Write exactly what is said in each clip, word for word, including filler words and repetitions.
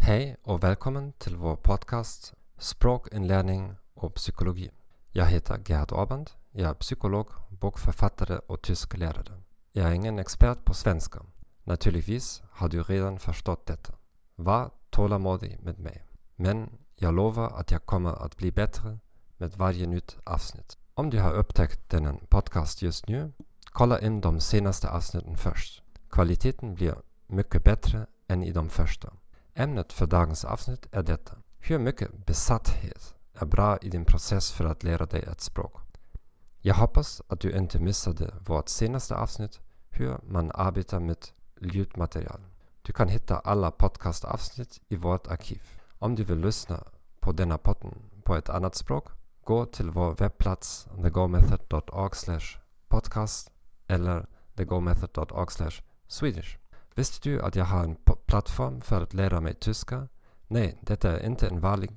Hej och välkommen till vår podcast Språkinlärning och psykologi. Jag heter Gerhard Orband, jag är psykolog, bokförfattare och tysklärare. Jag är ingen expert på svenska. Naturligtvis har du redan förstått detta. Var tålamodig med mig. Men jag lovar att jag kommer att bli bättre med varje nytt avsnitt. Om du har upptäckt denna podcast just nu, kolla in de senaste avsnitten först. Kvaliteten blir mycket bättre än i de första. Ämnet för dagens avsnitt är detta. Hur mycket besatthet är bra i din process för att lära dig ett språk? Jag hoppas att du inte missade vårt senaste avsnitt hur man arbetar med ljudmaterial. Du kan hitta alla podcastavsnitt i vårt arkiv. Om du vill lyssna på denna podden på ett annat språk, gå till vår webbplats the go method dot org slash podcast eller the go method dot org slash swedish. Visste du att jag har en p- plattform för att lära mig tyska? Nej, detta är inte en vanlig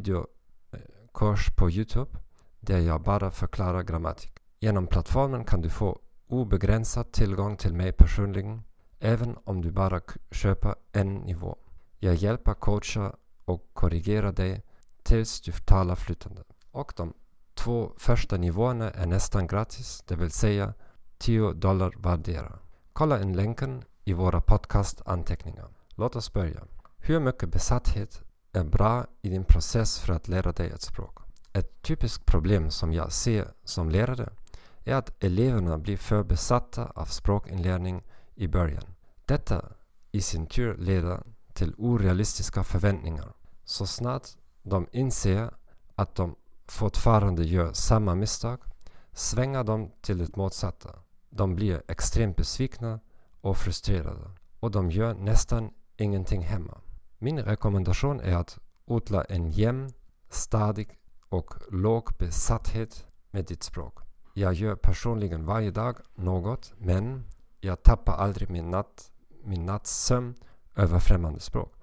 videokurs på YouTube där jag bara förklarar grammatik. Genom plattformen kan du få obegränsad tillgång till mig personligen, även om du bara k- köper en nivå. Jag hjälper, coachar och korrigerar dig tills du talar flytande. Och de två första nivåerna är nästan gratis, det vill säga tio dollar vardera. Kolla in länken i våra podcastanteckningar. Låt oss börja. Hur mycket besatthet är bra i din process för att lära dig ett språk? Ett typiskt problem som jag ser som lärare är att eleverna blir för besatta av språkinlärning i början. Detta i sin tur leder till orealistiska förväntningar. Så snart de inser att de fortfarande gör samma misstag svänger de till det motsatta. De blir extremt besvikna och frustrerade och de gör nästan ingenting hemma. Min rekommendation är att odla en jämn, stadig och låg besatthet med ditt språk. Jag gör personligen varje dag något, men jag tappar aldrig min, natt, min nattsömn över främmande språk.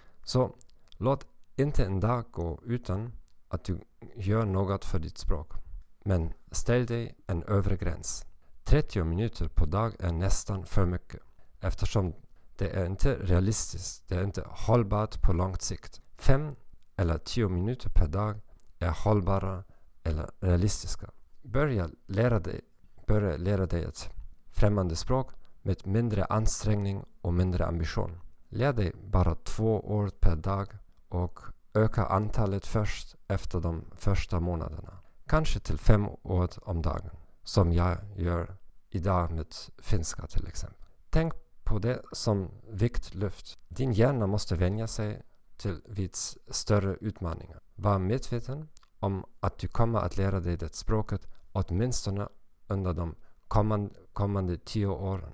Så låt inte en dag gå utan att du gör något för ditt språk. Men ställ dig en övre gräns. trettio minuter per dag är nästan för mycket eftersom det är inte realistiskt, det är inte hållbart på lång sikt. fem eller tio minuter per dag är hållbara eller realistiska. Börja lära dig, börja lära dig ett främmande språk med mindre ansträngning och mindre ambition. Lär dig bara två ord per dag och öka antalet först efter de första månaderna. Kanske till fem ord om dagen. Som jag gör idag med finska till exempel. Tänk på det som viktlyft. Din hjärna måste vänja sig till vid större utmaningar. Var medveten om att du kommer att lära dig det språket åtminstone under de kommande, kommande tio åren.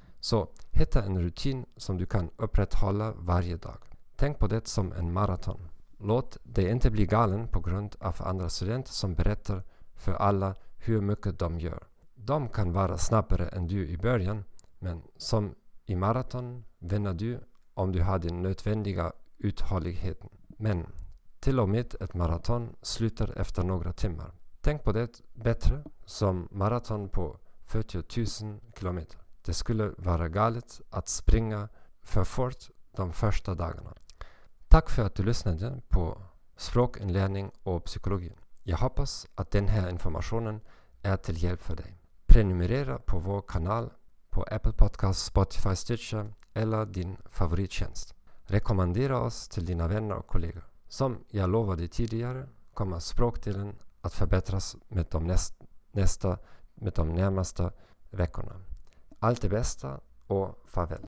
Så hitta en rutin som du kan upprätthålla varje dag. Tänk på det som en maraton. Låt dig inte bli galen på grund av andra studenter som berättar för alla hur mycket de gör. De kan vara snabbare än du i början, men som i maraton vinner du om du har den nödvändiga uthålligheten. Men till och med ett maraton slutar efter några timmar. Tänk på det bättre som maraton på fyrtio tusen kilometer. Det skulle vara galet att springa för fort de första dagarna. Tack för att du lyssnade på språkinlärning och psykologi. Jag hoppas att den här informationen är till hjälp för dig. Prenumerera på vår kanal på Apple Podcasts, Spotify, Stitcher eller din favorittjänst. Rekommendera oss till dina vänner och kollegor. Som jag lovade tidigare kommer språkdelen att förbättras med de, näst, nästa, med de närmaste veckorna. Allt det bästa och farväl.